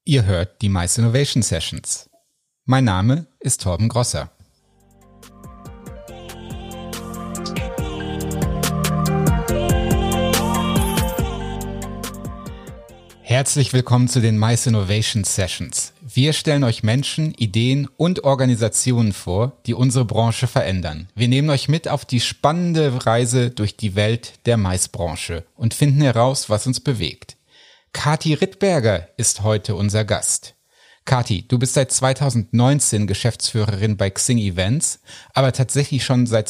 Ihr hört die Mice Innovation Sessions. Mein Name ist Torben Grosser. Herzlich willkommen zu den Mice Innovation Sessions. Wir stellen euch Menschen, Ideen und Organisationen vor, die unsere Branche verändern. Wir nehmen euch mit auf die spannende Reise durch die Welt der Maisbranche und finden heraus, was uns bewegt. Kati Rittberger ist heute unser Gast. Kati, du bist seit 2019 Geschäftsführerin bei Xing Events, aber tatsächlich schon seit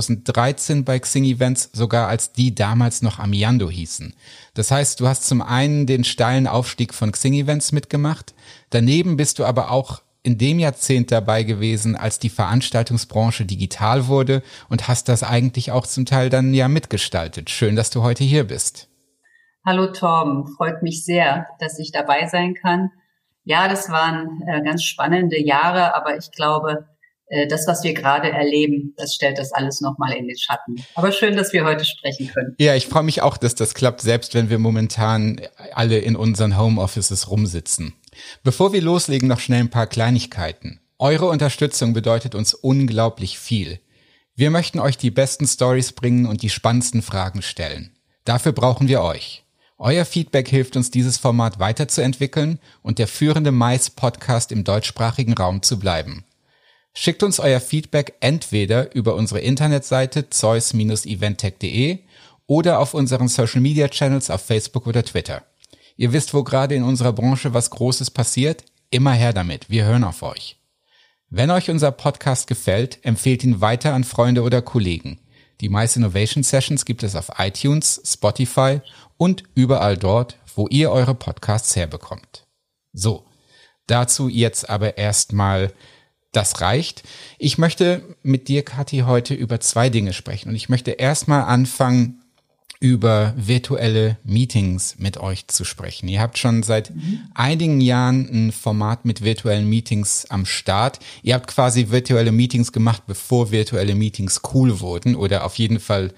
2013 bei Xing Events, sogar als die damals noch Amiando hießen. Das heißt, du hast zum einen den steilen Aufstieg von Xing Events mitgemacht, daneben bist du aber auch in dem Jahrzehnt dabei gewesen, als die Veranstaltungsbranche digital wurde und hast das eigentlich auch zum Teil dann ja mitgestaltet. Schön, dass du heute hier bist. Hallo Torben, freut mich sehr, dass ich dabei sein kann. Ja, das waren ganz spannende Jahre, aber ich glaube, das, was wir gerade erleben, das stellt das alles nochmal in den Schatten. Aber schön, dass wir heute sprechen können. Ja, ich freue mich auch, dass das klappt, selbst wenn wir momentan alle in unseren Homeoffices rumsitzen. Bevor wir loslegen, noch schnell ein paar Kleinigkeiten. Eure Unterstützung bedeutet uns unglaublich viel. Wir möchten euch die besten Stories bringen und die spannendsten Fragen stellen. Dafür brauchen wir euch. Euer Feedback hilft uns, dieses Format weiterzuentwickeln und der führende Mais-Podcast im deutschsprachigen Raum zu bleiben. Schickt uns euer Feedback entweder über unsere Internetseite zeus-eventtech.de oder auf unseren Social-Media-Channels auf Facebook oder Twitter. Ihr wisst, wo gerade in unserer Branche was Großes passiert? Immer her damit, wir hören auf euch. Wenn euch unser Podcast gefällt, empfehlt ihn weiter an Freunde oder Kollegen. Die Mice Innovation Sessions gibt es auf iTunes, Spotify und überall dort, wo ihr eure Podcasts herbekommt. So, dazu jetzt aber erstmal, das reicht. Ich möchte mit dir, Kati, heute über zwei Dinge sprechen und ich möchte erstmal anfangen, über virtuelle Meetings mit euch zu sprechen. Ihr habt schon seit einigen Jahren ein Format mit virtuellen Meetings am Start. Ihr habt quasi virtuelle Meetings gemacht, bevor virtuelle Meetings cool wurden oder auf jeden Fall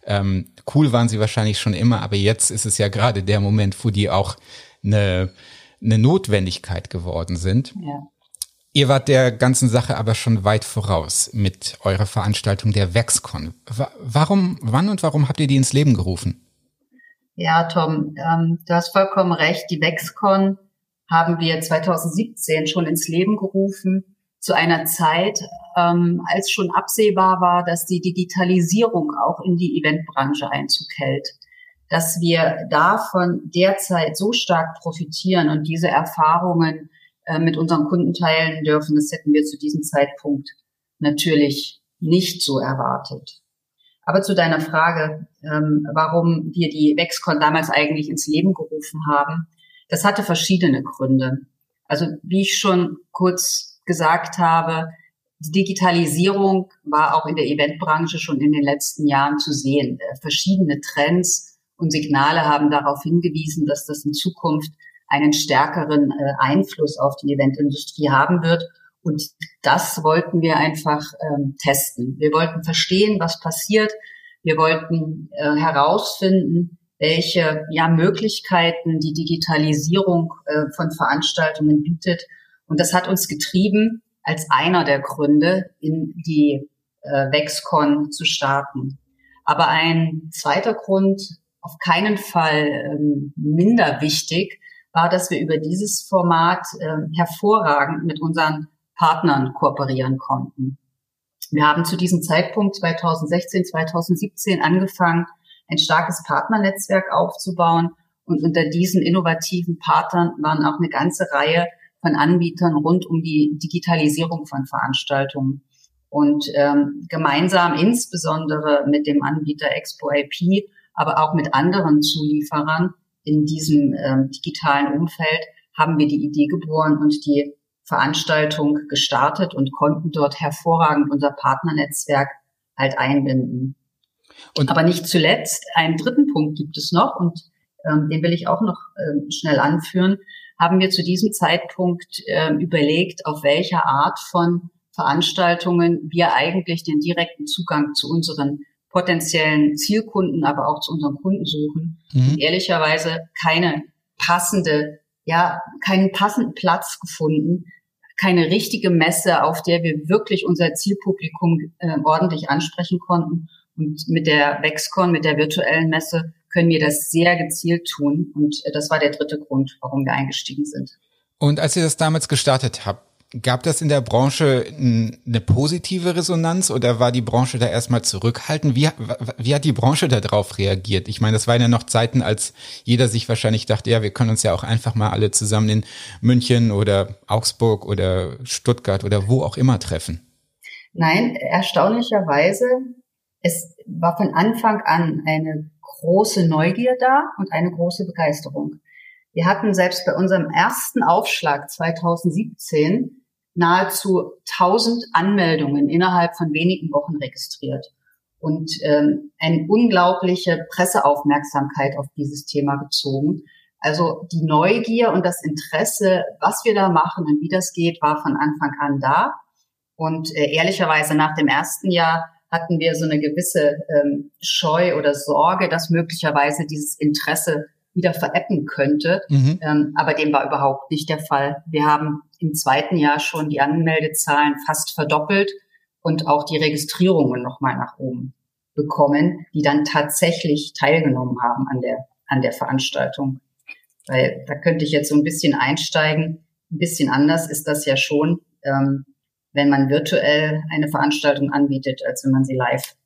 cool waren sie wahrscheinlich schon immer, aber jetzt ist es ja gerade der Moment, wo die auch eine Notwendigkeit geworden sind. Ja. Ihr wart der ganzen Sache aber schon weit voraus mit eurer Veranstaltung der VexCon. Wann und warum habt ihr die ins Leben gerufen? Ja, Tom, du hast vollkommen recht. Die VexCon haben wir 2017 schon ins Leben gerufen, zu einer Zeit, als schon absehbar war, dass die Digitalisierung auch in die Eventbranche Einzug hält. Dass wir davon derzeit so stark profitieren und diese Erfahrungen mit unseren Kunden teilen dürfen, das hätten wir zu diesem Zeitpunkt natürlich nicht so erwartet. Aber zu deiner Frage, warum wir die VexCon damals eigentlich ins Leben gerufen haben, das hatte verschiedene Gründe. Also wie ich schon kurz gesagt habe, die Digitalisierung war auch in der Eventbranche schon in den letzten Jahren zu sehen. Verschiedene Trends und Signale haben darauf hingewiesen, dass das in Zukunft einen stärkeren Einfluss auf die Eventindustrie haben wird. Und das wollten wir einfach testen. Wir wollten verstehen, was passiert. Wir wollten herausfinden, welche Möglichkeiten die Digitalisierung von Veranstaltungen bietet. Und das hat uns getrieben, als einer der Gründe in die VexCon zu starten. Aber ein zweiter Grund, auf keinen Fall minder wichtig, war, dass wir über dieses Format hervorragend mit unseren Partnern kooperieren konnten. Wir haben zu diesem Zeitpunkt 2016, 2017 angefangen, ein starkes Partnernetzwerk aufzubauen. Und unter diesen innovativen Partnern waren auch eine ganze Reihe von Anbietern rund um die Digitalisierung von Veranstaltungen. Und gemeinsam, insbesondere mit dem Anbieter Expo IP, aber auch mit anderen Zulieferern in diesem digitalen Umfeld, haben wir die Idee geboren und die Veranstaltung gestartet und konnten dort hervorragend unser Partnernetzwerk halt einbinden. Aber nicht zuletzt, einen dritten Punkt gibt es noch und den will ich auch noch schnell anführen, haben wir zu diesem Zeitpunkt überlegt, auf welcher Art von Veranstaltungen wir eigentlich den direkten Zugang zu unseren potenziellen Zielkunden, aber auch zu unseren Kunden suchen. Und ehrlicherweise keine passende ja keinen passenden Platz gefunden, keine richtige Messe, auf der wir wirklich unser Zielpublikum ordentlich ansprechen konnten. Und mit der VexCon, mit der virtuellen Messe, können wir das sehr gezielt tun. Und das war der dritte Grund, warum wir eingestiegen sind. Und als ihr das damals gestartet habt, gab das in der Branche eine positive Resonanz oder war die Branche da erstmal zurückhaltend? Wie hat die Branche da drauf reagiert? Ich meine, das waren ja noch Zeiten, als jeder sich wahrscheinlich dachte, ja, wir können uns ja auch einfach mal alle zusammen in München oder Augsburg oder Stuttgart oder wo auch immer treffen. Nein, erstaunlicherweise, es war von Anfang an eine große Neugier da und eine große Begeisterung. Wir hatten selbst bei unserem ersten Aufschlag 2017 nahezu 1000 Anmeldungen innerhalb von wenigen Wochen registriert und eine unglaubliche Presseaufmerksamkeit auf dieses Thema gezogen. Also die Neugier und das Interesse, was wir da machen und wie das geht, war von Anfang an da. Und ehrlicherweise nach dem ersten Jahr hatten wir so eine gewisse Scheu oder Sorge, dass möglicherweise dieses Interesse wieder veräppen könnte. Aber dem war überhaupt nicht der Fall. Wir haben im zweiten Jahr schon die Anmeldezahlen fast verdoppelt und auch die Registrierungen nochmal nach oben bekommen, die dann tatsächlich teilgenommen haben an der Veranstaltung. Weil da könnte ich jetzt so ein bisschen einsteigen. Ein bisschen anders ist das ja schon, wenn man virtuell eine Veranstaltung anbietet, als wenn man sie live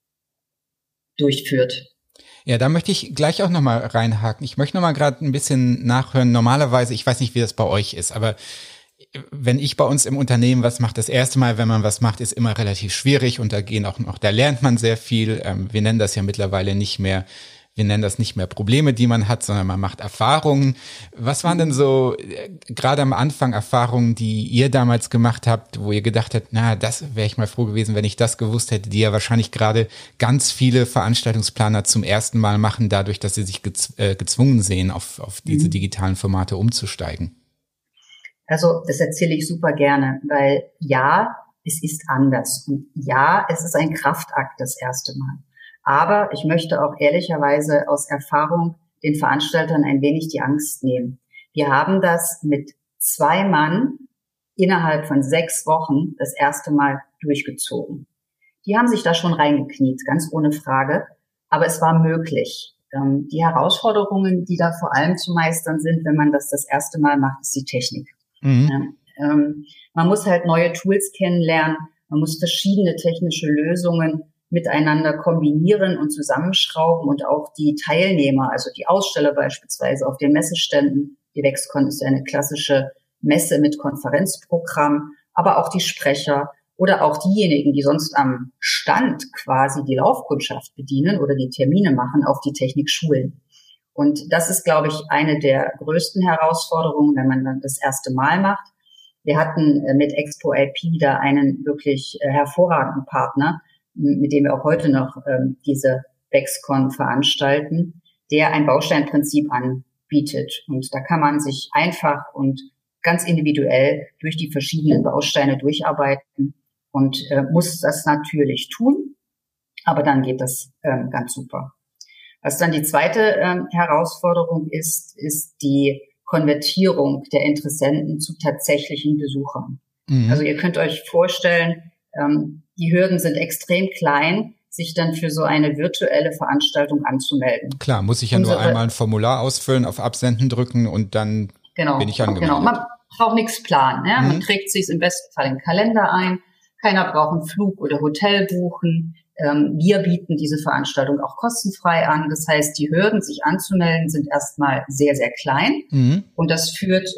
durchführt. Ja, da möchte ich gleich auch nochmal reinhaken. Ich möchte nochmal gerade ein bisschen nachhören. Normalerweise, ich weiß nicht, wie das bei euch ist, aber wenn ich bei uns im Unternehmen was mache, das erste Mal, wenn man was macht, ist immer relativ schwierig und da lernt man sehr viel. Wir nennen das ja mittlerweile nicht mehr Probleme, die man hat, sondern man macht Erfahrungen. Was waren denn so gerade am Anfang Erfahrungen, die ihr damals gemacht habt, wo ihr gedacht habt, na, das wäre ich mal froh gewesen, wenn ich das gewusst hätte, die ja wahrscheinlich gerade ganz viele Veranstaltungsplaner zum ersten Mal machen, dadurch, dass sie sich gezwungen sehen, auf diese digitalen Formate umzusteigen? Also das erzähle ich super gerne, weil ja, es ist anders und ja, es ist ein Kraftakt das erste Mal. Aber ich möchte auch ehrlicherweise aus Erfahrung den Veranstaltern ein wenig die Angst nehmen. Wir haben das mit 2 Mann innerhalb von 6 Wochen das erste Mal durchgezogen. Die haben sich da schon reingekniet, ganz ohne Frage, aber es war möglich. Die Herausforderungen, die da vor allem zu meistern sind, wenn man das erste Mal macht, ist die Technik. Man muss halt neue Tools kennenlernen, man muss verschiedene technische Lösungen miteinander kombinieren und zusammenschrauben und auch die Teilnehmer, also die Aussteller beispielsweise auf den Messeständen, die VexCon ist ja eine klassische Messe mit Konferenzprogramm, aber auch die Sprecher oder auch diejenigen, die sonst am Stand quasi die Laufkundschaft bedienen oder die Termine machen, auf die Technik schulen. Und das ist, glaube ich, eine der größten Herausforderungen, wenn man dann das erste Mal macht. Wir hatten mit Expo IP da einen wirklich hervorragenden Partner, mit dem wir auch heute noch diese VexCon veranstalten, der ein Bausteinprinzip anbietet. Und da kann man sich einfach und ganz individuell durch die verschiedenen Bausteine durcharbeiten und muss das natürlich tun, aber dann geht das ganz super. Was dann die zweite Herausforderung ist die Konvertierung der Interessenten zu tatsächlichen Besuchern. Also ihr könnt euch vorstellen, die Hürden sind extrem klein, sich dann für so eine virtuelle Veranstaltung anzumelden. Klar, muss ich ja nur einmal ein Formular ausfüllen, auf Absenden drücken und dann bin ich angemeldet. Genau, man braucht nichts planen. Ja? Man trägt sich im besten Fall in den Kalender ein. Keiner braucht einen Flug oder Hotel buchen. Wir bieten diese Veranstaltung auch kostenfrei an. Das heißt, die Hürden, sich anzumelden, sind erstmal sehr, sehr klein. Und das führt,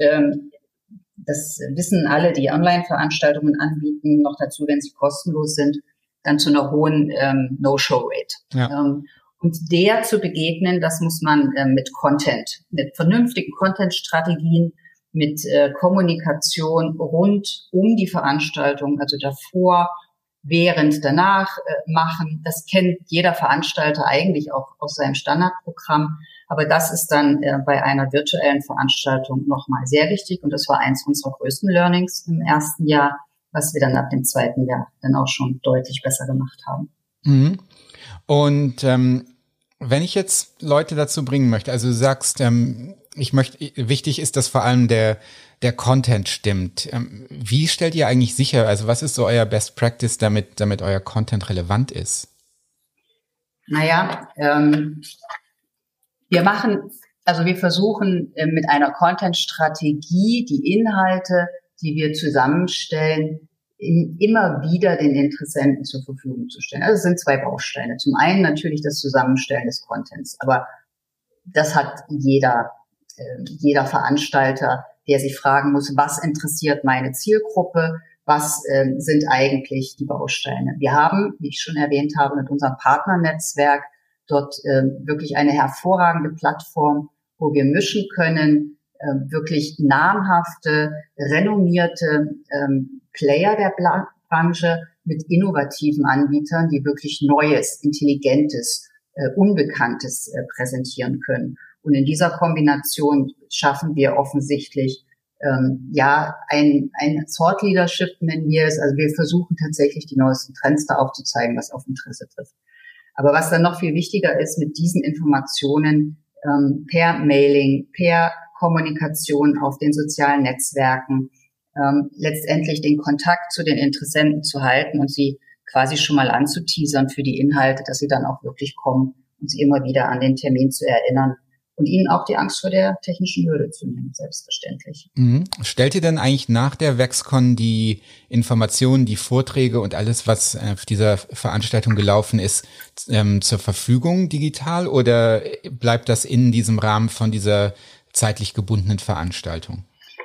das wissen alle, die Online-Veranstaltungen anbieten, noch dazu, wenn sie kostenlos sind, dann zu einer hohen No-Show-Rate. Ja. Und der zu begegnen, das muss man mit Content, mit vernünftigen Content-Strategien, mit Kommunikation rund um die Veranstaltung, also davor, während, danach machen. Das kennt jeder Veranstalter eigentlich auch aus seinem Standardprogramm. Aber das ist dann bei einer virtuellen Veranstaltung nochmal sehr wichtig. Und das war eins unserer größten Learnings im ersten Jahr, was wir dann ab dem zweiten Jahr dann auch schon deutlich besser gemacht haben. Und Wenn ich jetzt Leute dazu bringen möchte, also du sagst, wichtig ist, dass vor allem der Content stimmt. Wie stellt ihr eigentlich sicher, also was ist so euer Best Practice, damit euer Content relevant ist? Naja, wir versuchen mit einer Content-Strategie die Inhalte, die wir zusammenstellen, immer wieder den Interessenten zur Verfügung zu stellen. Also es sind zwei Bausteine. Zum einen natürlich das Zusammenstellen des Contents, aber das hat jeder Veranstalter, der sich fragen muss, was interessiert meine Zielgruppe, was sind eigentlich die Bausteine. Wir haben, wie ich schon erwähnt habe, mit unserem Partnernetzwerk dort wirklich eine hervorragende Plattform, wo wir mischen können, wirklich namhafte, renommierte Player der Branche mit innovativen Anbietern, die wirklich Neues, Intelligentes, Unbekanntes präsentieren können. Und in dieser Kombination schaffen wir offensichtlich ein Thought Leadership nennen wir es. Also wir versuchen tatsächlich die neuesten Trends da aufzuzeigen, was auf Interesse trifft. Aber was dann noch viel wichtiger ist, mit diesen Informationen per Mailing, per Kommunikation auf den sozialen Netzwerken, letztendlich den Kontakt zu den Interessenten zu halten und sie quasi schon mal anzuteasern für die Inhalte, dass sie dann auch wirklich kommen und sie immer wieder an den Termin zu erinnern und ihnen auch die Angst vor der technischen Hürde zu nehmen, selbstverständlich. Mhm. Stellt ihr denn eigentlich nach der WexCon die Informationen, die Vorträge und alles, was auf dieser Veranstaltung gelaufen ist, zur Verfügung digital oder bleibt das in diesem Rahmen von dieser zeitlich gebundenen Veranstaltung?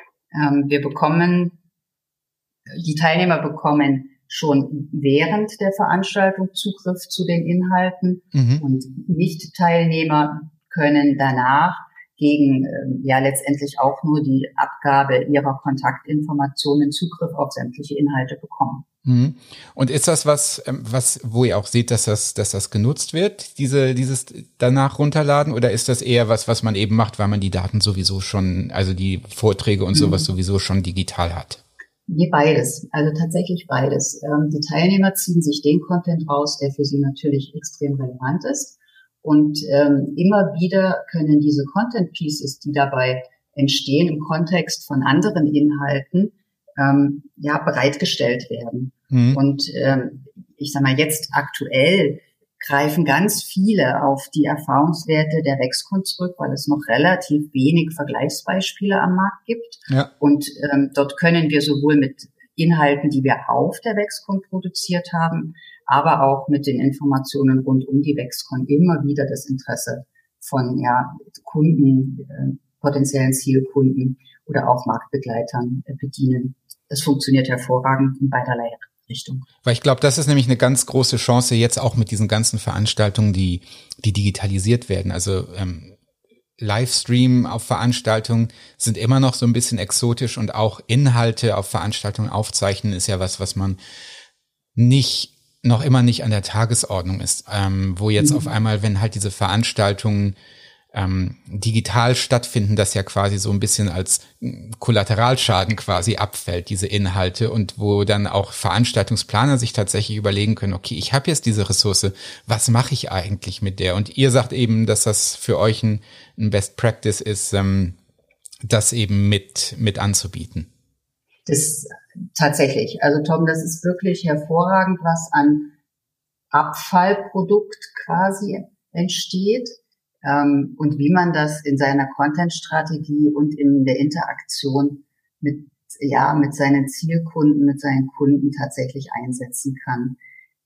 Die Teilnehmer bekommen schon während der Veranstaltung Zugriff zu den Inhalten und Nicht-Teilnehmer können danach gegen letztendlich auch nur die Abgabe ihrer Kontaktinformationen Zugriff auf sämtliche Inhalte bekommen. Mhm. Und ist das was, wo ihr auch seht, dass das genutzt wird, dieses danach runterladen, oder ist das eher was man eben macht, weil man die Daten sowieso schon, also die Vorträge und sowas sowieso schon digital hat? Nee, beides. Also tatsächlich beides. Die Teilnehmer ziehen sich den Content raus, der für sie natürlich extrem relevant ist. Und immer wieder können diese Content Pieces, die dabei entstehen im Kontext von anderen Inhalten, bereitgestellt werden. Und ich sag mal, jetzt aktuell greifen ganz viele auf die Erfahrungswerte der WexCon zurück, weil es noch relativ wenig Vergleichsbeispiele am Markt gibt. Ja. Und dort können wir sowohl mit Inhalten, die wir auf der WexCon produziert haben, aber auch mit den Informationen rund um die WexCon immer wieder das Interesse von Kunden, potenziellen Zielkunden oder auch Marktbegleitern bedienen. Das funktioniert hervorragend in beiderlei Richtung. Weil ich glaube, das ist nämlich eine ganz große Chance jetzt auch mit diesen ganzen Veranstaltungen, die digitalisiert werden. Also Livestream auf Veranstaltungen sind immer noch so ein bisschen exotisch und auch Inhalte auf Veranstaltungen aufzeichnen ist ja was man noch immer nicht an der Tagesordnung ist, wo jetzt auf einmal, wenn halt diese Veranstaltungen digital stattfinden, das ja quasi so ein bisschen als Kollateralschaden quasi abfällt, diese Inhalte, und wo dann auch Veranstaltungsplaner sich tatsächlich überlegen können, okay, ich habe jetzt diese Ressource, was mache ich eigentlich mit der? Und ihr sagt eben, dass das für euch ein Best Practice ist, das eben mit anzubieten. Das tatsächlich. Also Tom, das ist wirklich hervorragend, was an Abfallprodukt quasi entsteht. Und wie man das in seiner Content-Strategie und in der Interaktion mit seinen Zielkunden, mit seinen Kunden tatsächlich einsetzen kann.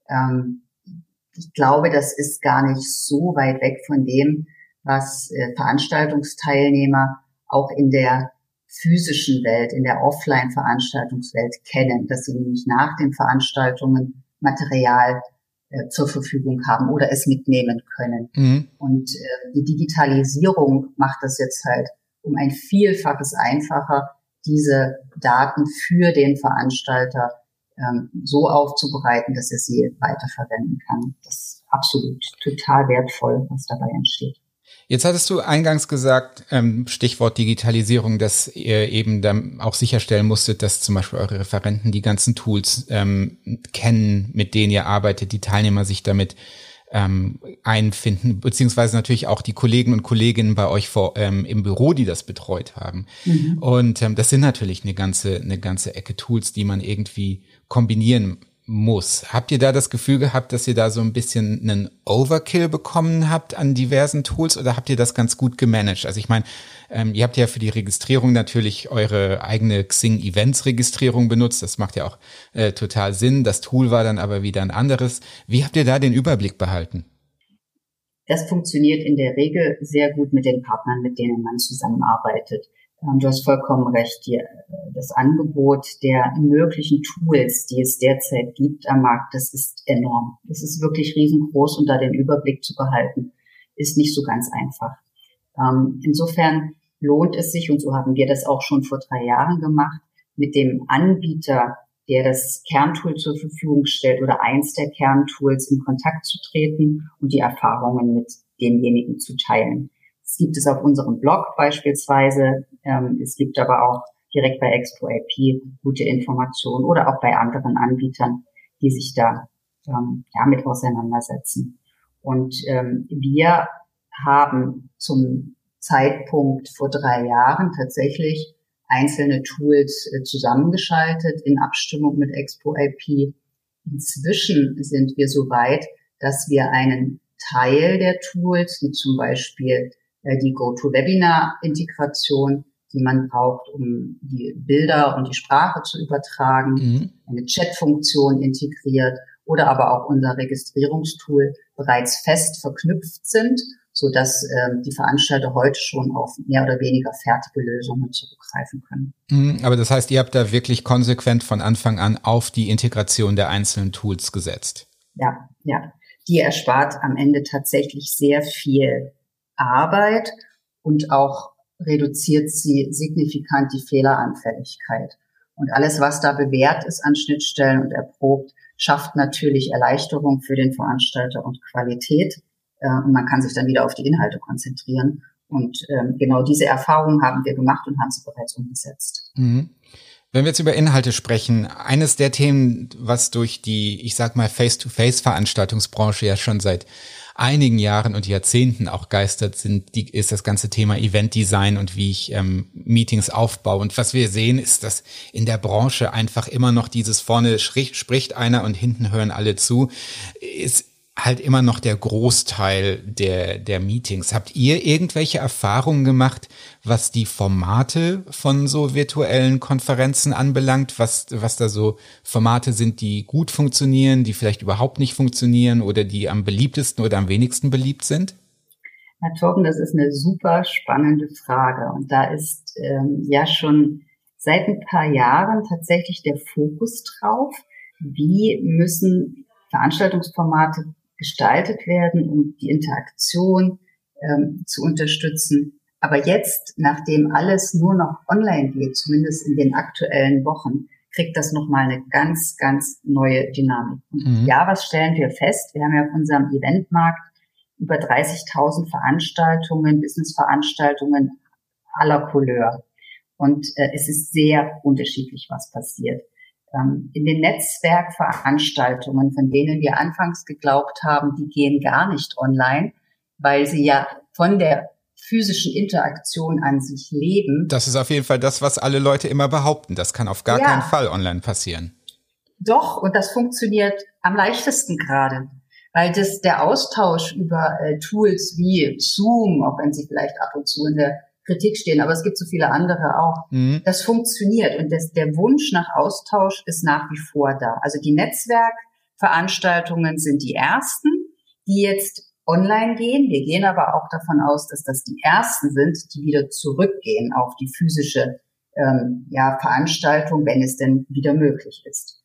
Ich glaube, das ist gar nicht so weit weg von dem, was Veranstaltungsteilnehmer auch in der physischen Welt, in der Offline-Veranstaltungswelt kennen, dass sie nämlich nach den Veranstaltungen Material zur Verfügung haben oder es mitnehmen können. Und die Digitalisierung macht das jetzt halt um ein Vielfaches einfacher, diese Daten für den Veranstalter so aufzubereiten, dass er sie weiterverwenden kann. Das ist absolut total wertvoll, was dabei entsteht. Jetzt hattest du eingangs gesagt, Stichwort Digitalisierung, dass ihr eben dann auch sicherstellen musstet, dass zum Beispiel eure Referenten die ganzen Tools kennen, mit denen ihr arbeitet, die Teilnehmer sich damit einfinden, beziehungsweise natürlich auch die Kollegen und Kolleginnen bei euch im Büro, die das betreut haben. Und das sind natürlich eine ganze Ecke Tools, die man irgendwie kombinieren muss. Habt ihr da das Gefühl gehabt, dass ihr da so ein bisschen einen Overkill bekommen habt an diversen Tools oder habt ihr das ganz gut gemanagt? Also ich meine, ihr habt ja für die Registrierung natürlich eure eigene Xing-Events-Registrierung benutzt. Das macht ja auch total Sinn. Das Tool war dann aber wieder ein anderes. Wie habt ihr da den Überblick behalten? Das funktioniert in der Regel sehr gut mit den Partnern, mit denen man zusammenarbeitet. Du hast vollkommen recht. Das Angebot der möglichen Tools, die es derzeit gibt am Markt, das ist enorm. Das ist wirklich riesengroß und da den Überblick zu behalten, ist nicht so ganz einfach. Insofern lohnt es sich, und so haben wir das auch schon vor 3 Jahren gemacht, mit dem Anbieter, der das Kerntool zur Verfügung stellt oder eins der Kerntools in Kontakt zu treten und die Erfahrungen mit demjenigen zu teilen. Es gibt es auf unserem Blog beispielsweise. Es gibt aber auch direkt bei Expo IP gute Informationen oder auch bei anderen Anbietern, die sich da mit auseinandersetzen. Und wir haben zum Zeitpunkt vor 3 Jahren tatsächlich einzelne Tools zusammengeschaltet in Abstimmung mit Expo IP. Inzwischen sind wir so weit, dass wir einen Teil der Tools, wie zum Beispiel die GoToWebinar-Integration, die man braucht, um die Bilder und die Sprache zu übertragen, eine Chat-Funktion integriert oder aber auch unser Registrierungstool bereits fest verknüpft sind, so dass die Veranstalter heute schon auf mehr oder weniger fertige Lösungen zurückgreifen können. Aber das heißt, ihr habt da wirklich konsequent von Anfang an auf die Integration der einzelnen Tools gesetzt? Ja. Die erspart am Ende tatsächlich sehr viel Arbeit und auch reduziert sie signifikant die Fehleranfälligkeit. Und alles, was da bewährt ist an Schnittstellen und erprobt, schafft natürlich Erleichterung für den Veranstalter und Qualität. Und man kann sich dann wieder auf die Inhalte konzentrieren. Und genau diese Erfahrungen haben wir gemacht und haben sie bereits umgesetzt. Wenn wir jetzt über Inhalte sprechen, eines der Themen, was durch die, ich sag mal, Face-to-Face-Veranstaltungsbranche ja schon seit einigen Jahren und Jahrzehnten auch geistert ist das ganze Thema Eventdesign und wie ich Meetings aufbaue. Und was wir sehen, ist, dass in der Branche einfach immer noch dieses vorne spricht einer und hinten hören alle zu, ist halt immer noch der Großteil der Meetings. Habt ihr irgendwelche Erfahrungen gemacht, was die Formate von so virtuellen Konferenzen anbelangt, was da so Formate sind, die gut funktionieren, die vielleicht überhaupt nicht funktionieren oder die am beliebtesten oder am wenigsten beliebt sind? Herr Torben, das ist eine super spannende Frage. Und da ist ja schon seit ein paar Jahren tatsächlich der Fokus drauf, wie müssen Veranstaltungsformate gestaltet werden, um die Interaktion zu unterstützen. Aber jetzt, nachdem alles nur noch online geht, zumindest in den aktuellen Wochen, kriegt das nochmal eine ganz, ganz neue Dynamik. Und ja, was stellen wir fest? Wir haben ja auf unserem Eventmarkt über 30.000 Veranstaltungen, Businessveranstaltungen aller Couleur. Und es ist sehr unterschiedlich, was passiert. In den Netzwerkveranstaltungen, von denen wir anfangs geglaubt haben, die gehen gar nicht online, weil sie ja von der physischen Interaktion an sich leben. Das ist auf jeden Fall das, was alle Leute immer behaupten. Das kann auf gar keinen Fall online passieren. Doch, und das funktioniert am leichtesten gerade, weil der Austausch über Tools wie Zoom, auch wenn sie vielleicht ab und zu in der Kritik stehen, aber es gibt so viele andere auch. Das funktioniert und der Wunsch nach Austausch ist nach wie vor da. Also die Netzwerkveranstaltungen sind die ersten, die jetzt online gehen. Wir gehen aber auch davon aus, dass das die ersten sind, die wieder zurückgehen auf die physische Veranstaltung, wenn es denn wieder möglich ist.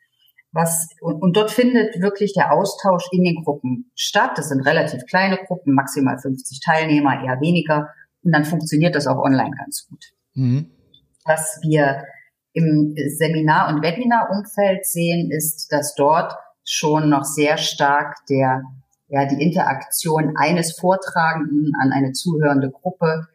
Und dort findet wirklich der Austausch in den Gruppen statt. Das sind relativ kleine Gruppen, maximal 50 Teilnehmer, eher weniger. Und dann funktioniert das auch online ganz gut. Was wir im Seminar- und Webinar-Umfeld sehen, ist, dass dort schon noch sehr stark die Interaktion eines Vortragenden an eine zuhörende Gruppe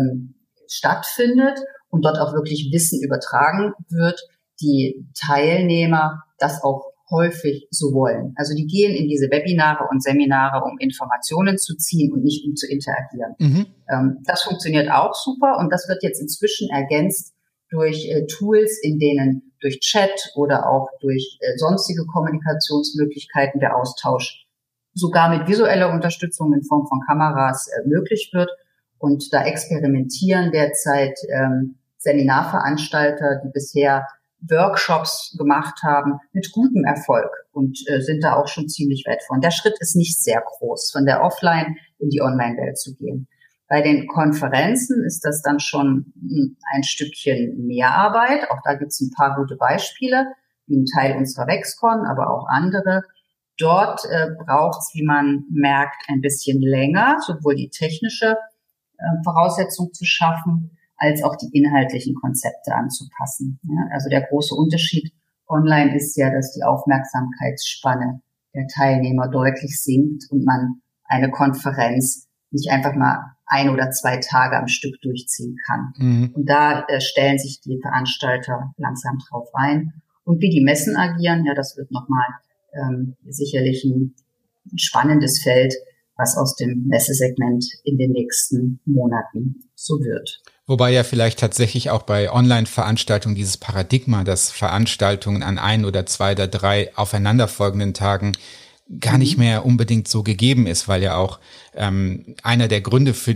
stattfindet und dort auch wirklich Wissen übertragen wird, die Teilnehmer das auch häufig so wollen. Also die gehen in diese Webinare und Seminare, um Informationen zu ziehen und nicht um zu interagieren. Das funktioniert auch super und das wird jetzt inzwischen ergänzt durch Tools, in denen durch Chat oder auch durch sonstige Kommunikationsmöglichkeiten der Austausch sogar mit visueller Unterstützung in Form von Kameras möglich wird. Und da experimentieren derzeit Seminarveranstalter, die bisher Workshops gemacht haben, mit gutem Erfolg und sind da auch schon ziemlich weit von. Der Schritt ist nicht sehr groß, von der Offline in die Online-Welt zu gehen. Bei den Konferenzen ist das dann schon ein Stückchen mehr Arbeit. Auch da gibt es ein paar gute Beispiele, wie ein Teil unserer WexCon, aber auch andere. Dort braucht es, wie man merkt, ein bisschen länger, sowohl die technische Voraussetzung zu schaffen, als auch die inhaltlichen Konzepte anzupassen. Ja, also der große Unterschied online ist ja, dass die Aufmerksamkeitsspanne der Teilnehmer deutlich sinkt und man eine Konferenz nicht einfach mal 1 oder 2 Tage am Stück durchziehen kann. Und da stellen sich die Veranstalter langsam drauf ein. Und wie die Messen agieren, ja, das wird nochmal sicherlich ein spannendes Feld, was aus dem Messesegment in den nächsten Monaten so wird. Wobei ja vielleicht tatsächlich auch bei Online-Veranstaltungen dieses Paradigma, dass Veranstaltungen an 1 oder 2 oder 3 aufeinanderfolgenden Tagen gar nicht mehr unbedingt so gegeben ist, weil ja auch einer der Gründe für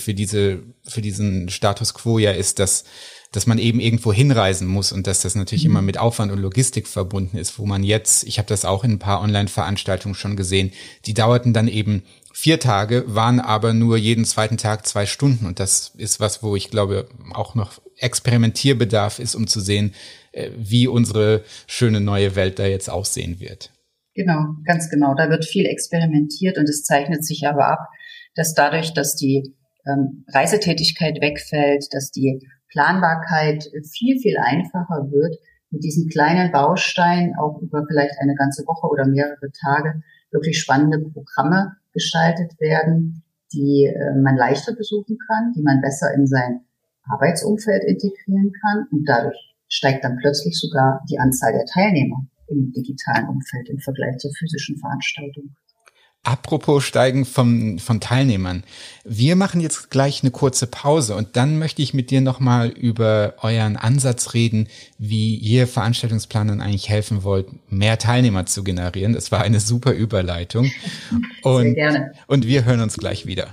diesen Status quo ja ist, dass man eben irgendwo hinreisen muss und dass das natürlich immer mit Aufwand und Logistik verbunden ist, wo man jetzt, ich habe das auch in ein paar Online-Veranstaltungen schon gesehen, die dauerten dann eben 4 Tage, waren aber nur jeden zweiten Tag 2 Stunden und das ist was, wo ich glaube auch noch Experimentierbedarf ist, um zu sehen, wie unsere schöne neue Welt da jetzt aussehen wird. Genau, ganz genau. Da wird viel experimentiert und es zeichnet sich aber ab, dass dadurch, dass die Reisetätigkeit wegfällt, dass die Planbarkeit viel, viel einfacher wird, mit diesen kleinen Bausteinen auch über vielleicht eine ganze Woche oder mehrere Tage wirklich spannende Programme gestaltet werden, die man leichter besuchen kann, die man besser in sein Arbeitsumfeld integrieren kann und dadurch steigt dann plötzlich sogar die Anzahl der Teilnehmer im digitalen Umfeld im Vergleich zur physischen Veranstaltung. Apropos Steigen von Teilnehmern. Wir machen jetzt gleich eine kurze Pause und dann möchte ich mit dir nochmal über euren Ansatz reden, wie ihr Veranstaltungsplanern eigentlich helfen wollt, mehr Teilnehmer zu generieren. Das war eine super Überleitung. Sehr gerne. Und wir hören uns gleich wieder.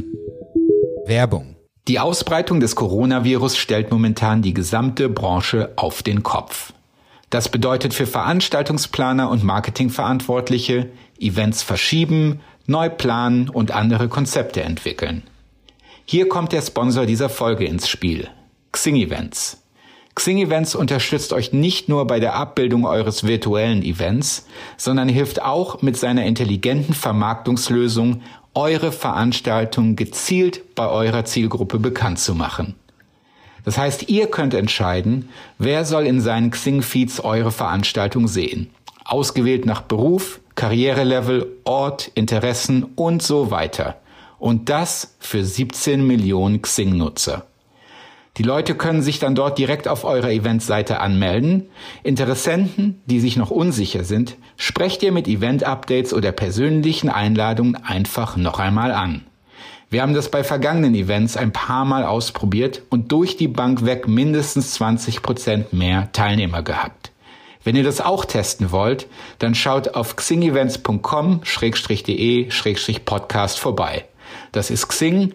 Werbung. Die Ausbreitung des Coronavirus stellt momentan die gesamte Branche auf den Kopf. Das bedeutet für Veranstaltungsplaner und Marketingverantwortliche, Events verschieben, neu planen und andere Konzepte entwickeln. Hier kommt der Sponsor dieser Folge ins Spiel, Xing Events. Xing Events unterstützt euch nicht nur bei der Abbildung eures virtuellen Events, sondern hilft auch mit seiner intelligenten Vermarktungslösung, eure Veranstaltung gezielt bei eurer Zielgruppe bekannt zu machen. Das heißt, ihr könnt entscheiden, wer soll in seinen Xing-Feeds eure Veranstaltung sehen. Ausgewählt nach Beruf, Karrierelevel, Ort, Interessen und so weiter. Und das für 17 Millionen Xing-Nutzer. Die Leute können sich dann dort direkt auf eurer Eventseite anmelden. Interessenten, die sich noch unsicher sind, sprecht ihr mit Event-Updates oder persönlichen Einladungen einfach noch einmal an. Wir haben das bei vergangenen Events ein paar Mal ausprobiert und durch die Bank weg mindestens 20% mehr Teilnehmer gehabt. Wenn ihr das auch testen wollt, dann schaut auf xingevents.com/de/podcast vorbei. Das ist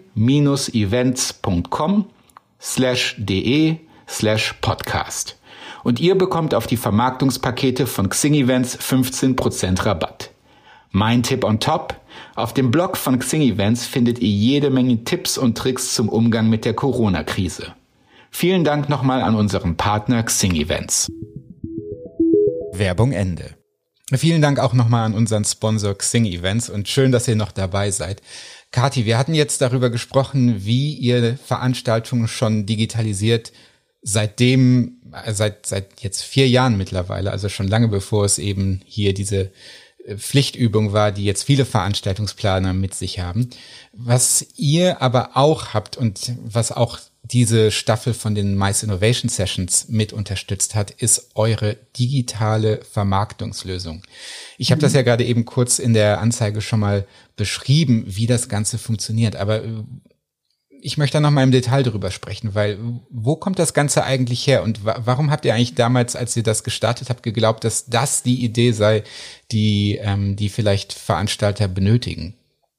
xing-events.com/de/podcast. Und ihr bekommt auf die Vermarktungspakete von Xing Events 15% Rabatt. Mein Tipp on top: Auf dem Blog von Xing Events findet ihr jede Menge Tipps und Tricks zum Umgang mit der Corona-Krise. Vielen Dank nochmal an unseren Partner Xing Events. Werbung Ende. Vielen Dank auch nochmal an unseren Sponsor Xing Events und schön, dass ihr noch dabei seid. Kathi, wir hatten jetzt darüber gesprochen, wie ihr Veranstaltungen schon digitalisiert, seit jetzt 4 Jahren mittlerweile, also schon lange bevor es eben hier diese Pflichtübung war, die jetzt viele Veranstaltungsplaner mit sich haben. Was ihr aber auch habt und was auch diese Staffel von den Mice Innovation Sessions mit unterstützt hat, ist eure digitale Vermarktungslösung. Ich habe das ja gerade eben kurz in der Anzeige schon mal beschrieben, wie das Ganze funktioniert, aber ich möchte da noch mal im Detail drüber sprechen, weil wo kommt das Ganze eigentlich her und warum habt ihr eigentlich damals, als ihr das gestartet habt, geglaubt, dass das die Idee sei, die vielleicht Veranstalter benötigen?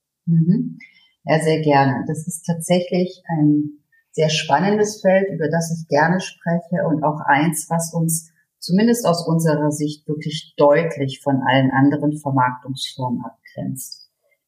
Ja, sehr gerne. Das ist tatsächlich ein sehr spannendes Feld, über das ich gerne spreche und auch eins, was uns zumindest aus unserer Sicht wirklich deutlich von allen anderen Vermarktungsformen abgrenzt.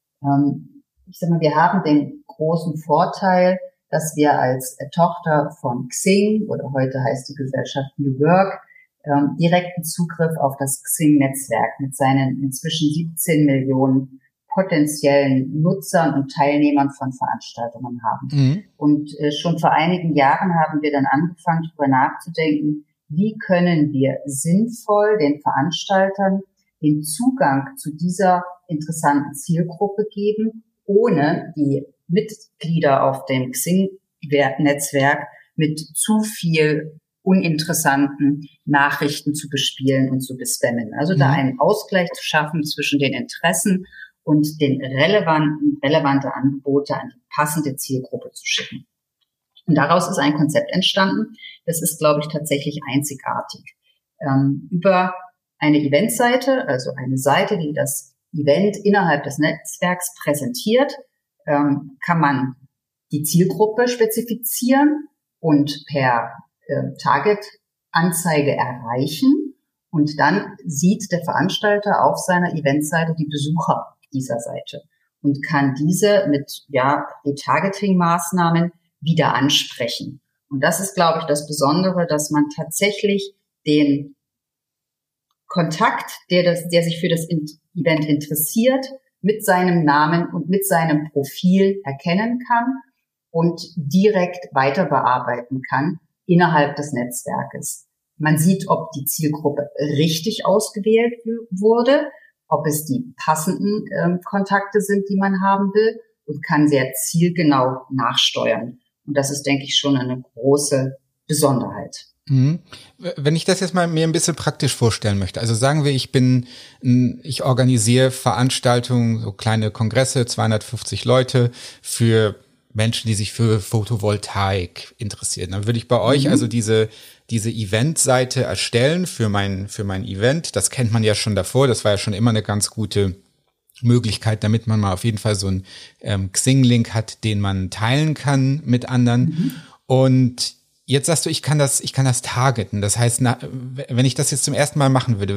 Ich sag mal, wir haben den großen Vorteil, dass wir als Tochter von Xing, oder heute heißt die Gesellschaft New Work, direkten Zugriff auf das Xing-Netzwerk mit seinen inzwischen 17 Millionen potenziellen Nutzern und Teilnehmern von Veranstaltungen haben. Und schon vor einigen Jahren haben wir dann angefangen, darüber nachzudenken, wie können wir sinnvoll den Veranstaltern den Zugang zu dieser interessanten Zielgruppe geben, ohne die Mitglieder auf dem Xing-Netzwerk mit zu viel uninteressanten Nachrichten zu bespielen und zu bespammen. Also da einen Ausgleich zu schaffen zwischen den Interessen und den relevante Angebote an die passende Zielgruppe zu schicken. Und daraus ist ein Konzept entstanden. Das ist, glaube ich, tatsächlich einzigartig. Über eine Eventseite, also eine Seite, die das Event innerhalb des Netzwerks präsentiert, kann man die Zielgruppe spezifizieren und per Target-Anzeige erreichen. Und dann sieht der Veranstalter auf seiner Eventseite die Besucher dieser Seite und kann diese mit Retargeting-Maßnahmen wieder ansprechen. Und das ist, glaube ich, das Besondere, dass man tatsächlich den Kontakt, der sich für das Event interessiert, mit seinem Namen und mit seinem Profil erkennen kann und direkt weiter bearbeiten kann innerhalb des Netzwerkes. Man sieht, ob die Zielgruppe richtig ausgewählt wurde, ob es die passenden Kontakte sind, die man haben will, und kann sehr zielgenau nachsteuern. Und das ist, denke ich, schon eine große Besonderheit. Wenn ich das jetzt mal mir ein bisschen praktisch vorstellen möchte, also sagen wir, ich organisiere Veranstaltungen, so kleine Kongresse, 250 Leute für Menschen, die sich für Photovoltaik interessieren. Dann würde ich bei euch also diese Eventseite erstellen für mein Event. Das kennt man ja schon davor. Das war ja schon immer eine ganz gute Möglichkeit, damit man mal auf jeden Fall so einen Xing-Link hat, den man teilen kann mit anderen. Und jetzt sagst du, ich kann das targeten. Das heißt, wenn ich das jetzt zum ersten Mal machen würde,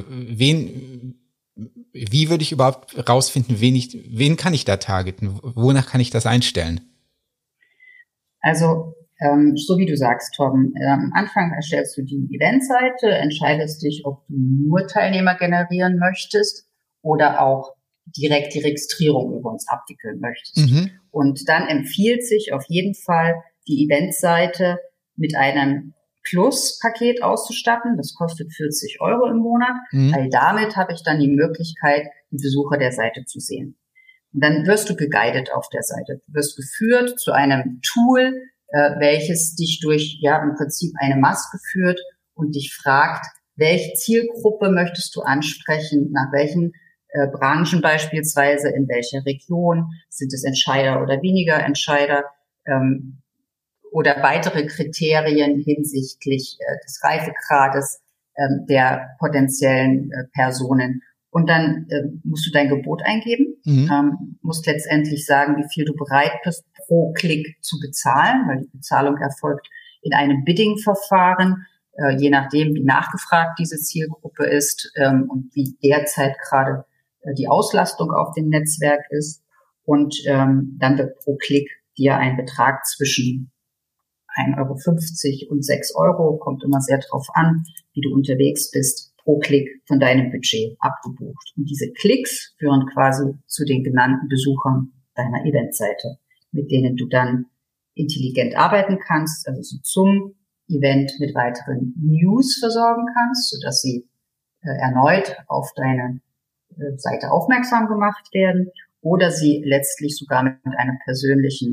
wie würde ich überhaupt rausfinden, wen kann ich da targeten? Wonach kann ich das einstellen? Also, so wie du sagst, Torben, am Anfang erstellst du die Eventseite, entscheidest dich, ob du nur Teilnehmer generieren möchtest oder auch direkt die Registrierung über uns abwickeln möchtest. Und dann empfiehlt sich auf jeden Fall, die Eventseite mit einem Plus-Paket auszustatten. Das kostet 40 € im Monat, weil damit habe ich dann die Möglichkeit, die Besucher der Seite zu sehen. Und dann wirst du geguidet auf der Seite. Du wirst geführt zu einem Tool, welches dich durch, im Prinzip eine Maske führt und dich fragt, welche Zielgruppe möchtest du ansprechen, nach welchen Branchen beispielsweise, in welcher Region, sind es Entscheider oder weniger Entscheider, oder weitere Kriterien hinsichtlich des Reifegrades der potenziellen Personen. Und dann musst du dein Gebot eingeben, musst letztendlich sagen, wie viel du bereit bist, pro Klick zu bezahlen, weil die Bezahlung erfolgt in einem Bidding-Verfahren, je nachdem, wie nachgefragt diese Zielgruppe ist und wie derzeit gerade die Auslastung auf dem Netzwerk ist. Und dann wird pro Klick dir ein Betrag zwischen 1,50 € und 6 €, kommt immer sehr drauf an, wie du unterwegs bist, pro Klick von deinem Budget abgebucht. Und diese Klicks führen quasi zu den genannten Besuchern deiner Eventseite, mit denen du dann intelligent arbeiten kannst, also sie zum Event mit weiteren News versorgen kannst, sodass sie erneut auf deine Seite aufmerksam gemacht werden oder sie letztlich sogar mit einem persönlichen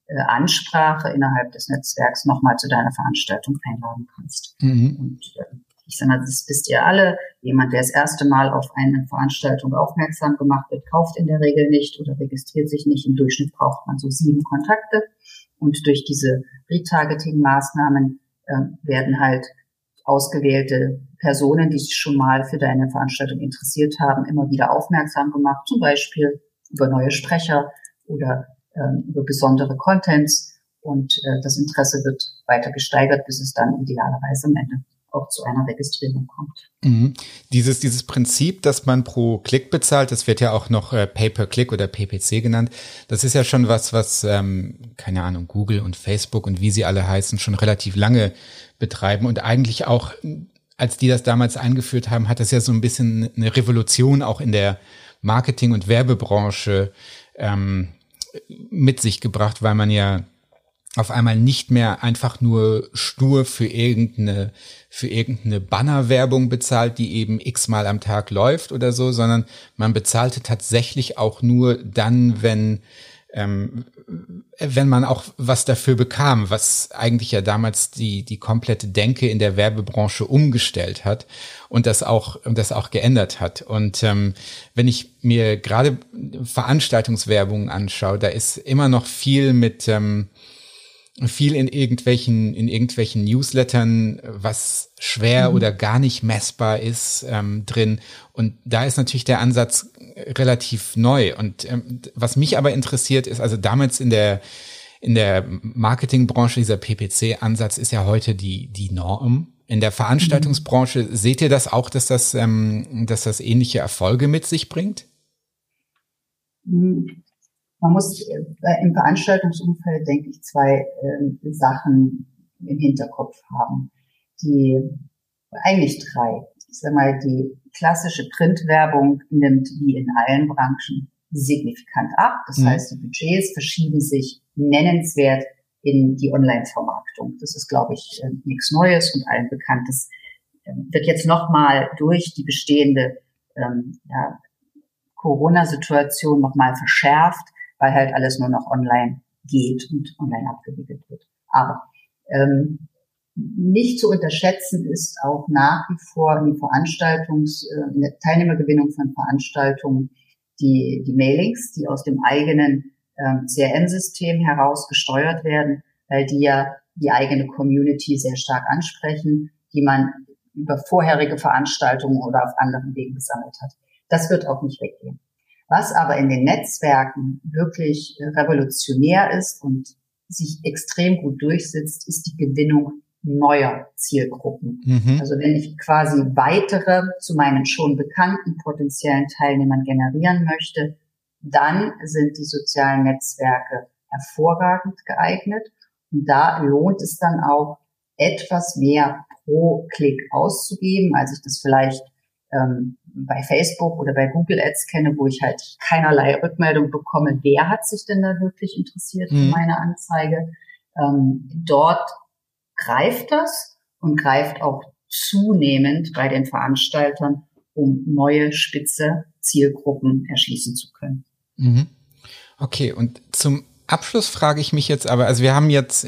Ansprache innerhalb des Netzwerks nochmal zu deiner Veranstaltung einladen kannst. Und ich sage mal, das wisst ihr alle, jemand, der das erste Mal auf eine Veranstaltung aufmerksam gemacht wird, kauft in der Regel nicht oder registriert sich nicht. Im Durchschnitt braucht man so 7 Kontakte. Und durch diese Retargeting-Maßnahmen werden halt ausgewählte Personen, die sich schon mal für deine Veranstaltung interessiert haben, immer wieder aufmerksam gemacht, zum Beispiel über neue Sprecher oder über besondere Contents. Und das Interesse wird weiter gesteigert, bis es dann idealerweise am Ende auch zu einer Registrierung kommt. Dieses Prinzip, dass man pro Klick bezahlt, das wird ja auch noch Pay-per-Click oder PPC genannt. Das ist ja schon was keine Ahnung, Google und Facebook und wie sie alle heißen, schon relativ lange betreiben. Und eigentlich auch, als die das damals eingeführt haben, hat das ja so ein bisschen eine Revolution auch in der Marketing- und Werbebranche mit sich gebracht, weil man ja auf einmal nicht mehr einfach nur stur für irgendeine Bannerwerbung bezahlt, die eben x-mal am Tag läuft oder so, sondern man bezahlte tatsächlich auch nur dann, wenn man auch was dafür bekam, was eigentlich ja damals die komplette Denke in der Werbebranche umgestellt hat und das auch geändert hat. Und wenn ich mir gerade Veranstaltungswerbung anschaue, da ist immer noch viel in irgendwelchen Newslettern, was schwer oder gar nicht messbar ist, drin. Und da ist natürlich der Ansatz relativ neu. Und was mich aber interessiert ist, also damals in der Marketingbranche, dieser PPC-Ansatz ist ja heute die Norm. In der Veranstaltungsbranche, seht ihr das auch, dass das ähnliche Erfolge mit sich bringt? Man muss im Veranstaltungsumfeld, denke ich, 2 Sachen im Hinterkopf haben. Eigentlich 3. Ich sag mal, die klassische Printwerbung nimmt wie in allen Branchen signifikant ab. Das heißt, die Budgets verschieben sich nennenswert in die Online-Vermarktung. Das ist, glaube ich, nichts Neues und allen bekannt. Das wird jetzt nochmal durch die bestehende Corona-Situation nochmal verschärft, weil halt alles nur noch online geht und online abgewickelt wird. Aber nicht zu unterschätzen ist auch nach wie vor in der Teilnehmergewinnung von Veranstaltungen die Mailings, die aus dem eigenen CRM-System heraus gesteuert werden, weil die ja die eigene Community sehr stark ansprechen, die man über vorherige Veranstaltungen oder auf anderen Wegen gesammelt hat. Das wird auch nicht weggehen. Was aber in den Netzwerken wirklich revolutionär ist und sich extrem gut durchsetzt, ist die Gewinnung neuer Zielgruppen. Also wenn ich quasi weitere zu meinen schon bekannten potenziellen Teilnehmern generieren möchte, dann sind die sozialen Netzwerke hervorragend geeignet. Und da lohnt es dann auch, etwas mehr pro Klick auszugeben, als ich das vielleicht bei Facebook oder bei Google Ads kenne, wo ich halt keinerlei Rückmeldung bekomme, wer hat sich denn da wirklich interessiert für meine Anzeige. Dort greift das und greift auch zunehmend bei den Veranstaltern, um neue spitze Zielgruppen erschließen zu können. Okay, und zum Abschluss frage ich mich jetzt aber, also wir haben jetzt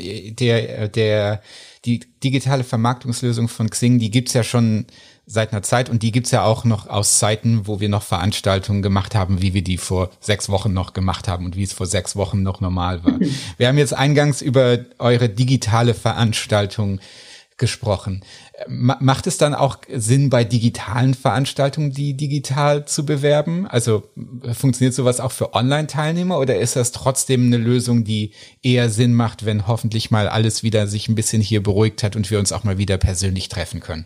die digitale Vermarktungslösung von Xing, die gibt's ja schon seit einer Zeit und die gibt's ja auch noch aus Zeiten, wo wir noch Veranstaltungen gemacht haben, wie wir die vor 6 Wochen noch gemacht haben und wie es vor 6 Wochen noch normal war. Wir haben jetzt eingangs über eure digitale Veranstaltung gesprochen. Macht es dann auch Sinn, bei digitalen Veranstaltungen die digital zu bewerben? Also funktioniert sowas auch für Online-Teilnehmer oder ist das trotzdem eine Lösung, die eher Sinn macht, wenn hoffentlich mal alles wieder sich ein bisschen hier beruhigt hat und wir uns auch mal wieder persönlich treffen können?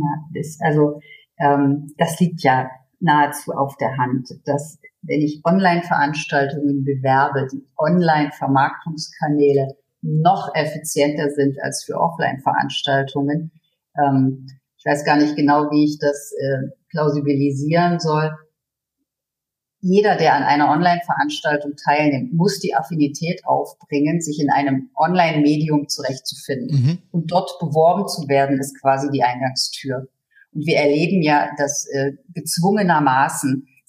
Ja, das liegt ja nahezu auf der Hand, dass wenn ich Online-Veranstaltungen bewerbe, die Online-Vermarktungskanäle noch effizienter sind als für Offline-Veranstaltungen. Ich weiß gar nicht genau, wie ich das plausibilisieren soll. Jeder, der an einer Online-Veranstaltung teilnimmt, muss die Affinität aufbringen, sich in einem Online-Medium zurechtzufinden. Und dort beworben zu werden, ist quasi die Eingangstür. Und wir erleben ja, dass gezwungenermaßen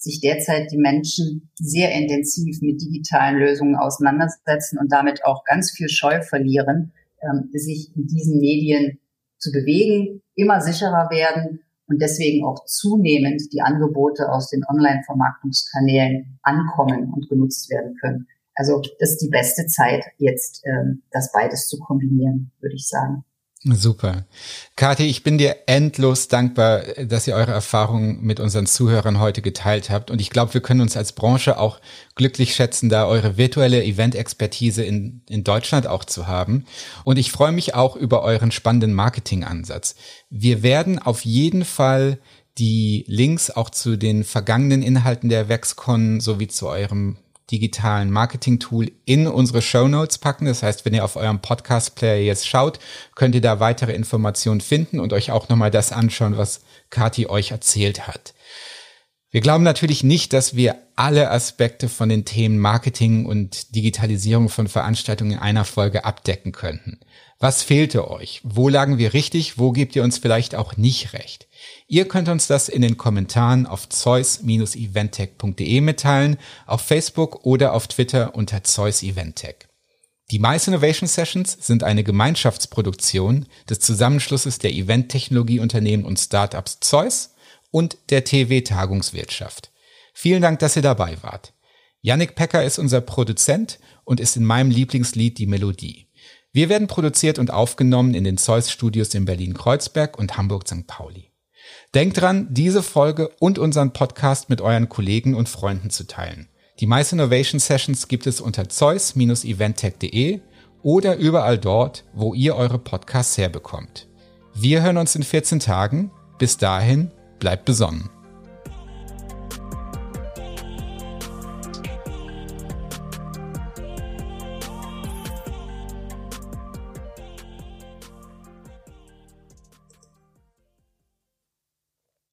sich derzeit die Menschen sehr intensiv mit digitalen Lösungen auseinandersetzen und damit auch ganz viel Scheu verlieren, sich in diesen Medien zu bewegen, immer sicherer werden und deswegen auch zunehmend die Angebote aus den Online-Vermarktungskanälen ankommen und genutzt werden können. Also das ist die beste Zeit, jetzt das beides zu kombinieren, würde ich sagen. Super. Kathi, ich bin dir endlos dankbar, dass ihr eure Erfahrungen mit unseren Zuhörern heute geteilt habt. Und ich glaube, wir können uns als Branche auch glücklich schätzen, da eure virtuelle Event-Expertise in Deutschland auch zu haben. Und ich freue mich auch über euren spannenden Marketingansatz. Wir werden auf jeden Fall die Links auch zu den vergangenen Inhalten der WexCon sowie zu eurem digitalen Marketing-Tool in unsere Shownotes packen. Das heißt, wenn ihr auf eurem Podcast-Player jetzt schaut, könnt ihr da weitere Informationen finden und euch auch nochmal das anschauen, was Kathi euch erzählt hat. Wir glauben natürlich nicht, dass wir alle Aspekte von den Themen Marketing und Digitalisierung von Veranstaltungen in einer Folge abdecken könnten. Was fehlte euch? Wo lagen wir richtig? Wo gebt ihr uns vielleicht auch nicht recht? Ihr könnt uns das in den Kommentaren auf zeus-eventtech.de mitteilen, auf Facebook oder auf Twitter unter Zeus Eventtech. Die Mice Innovation Sessions sind eine Gemeinschaftsproduktion des Zusammenschlusses der Event-Technologieunternehmen und Startups Zeus und der TW Tagungswirtschaft. Vielen Dank, dass ihr dabei wart. Yannick Pecker ist unser Produzent und ist in meinem Lieblingslied die Melodie. Wir werden produziert und aufgenommen in den Zeus-Studios in Berlin-Kreuzberg und Hamburg-St. Pauli. Denkt dran, diese Folge und unseren Podcast mit euren Kollegen und Freunden zu teilen. Die Mice Innovation Sessions gibt es unter zeus-eventtech.de oder überall dort, wo ihr eure Podcasts herbekommt. Wir hören uns in 14 Tagen. Bis dahin, bleibt besonnen.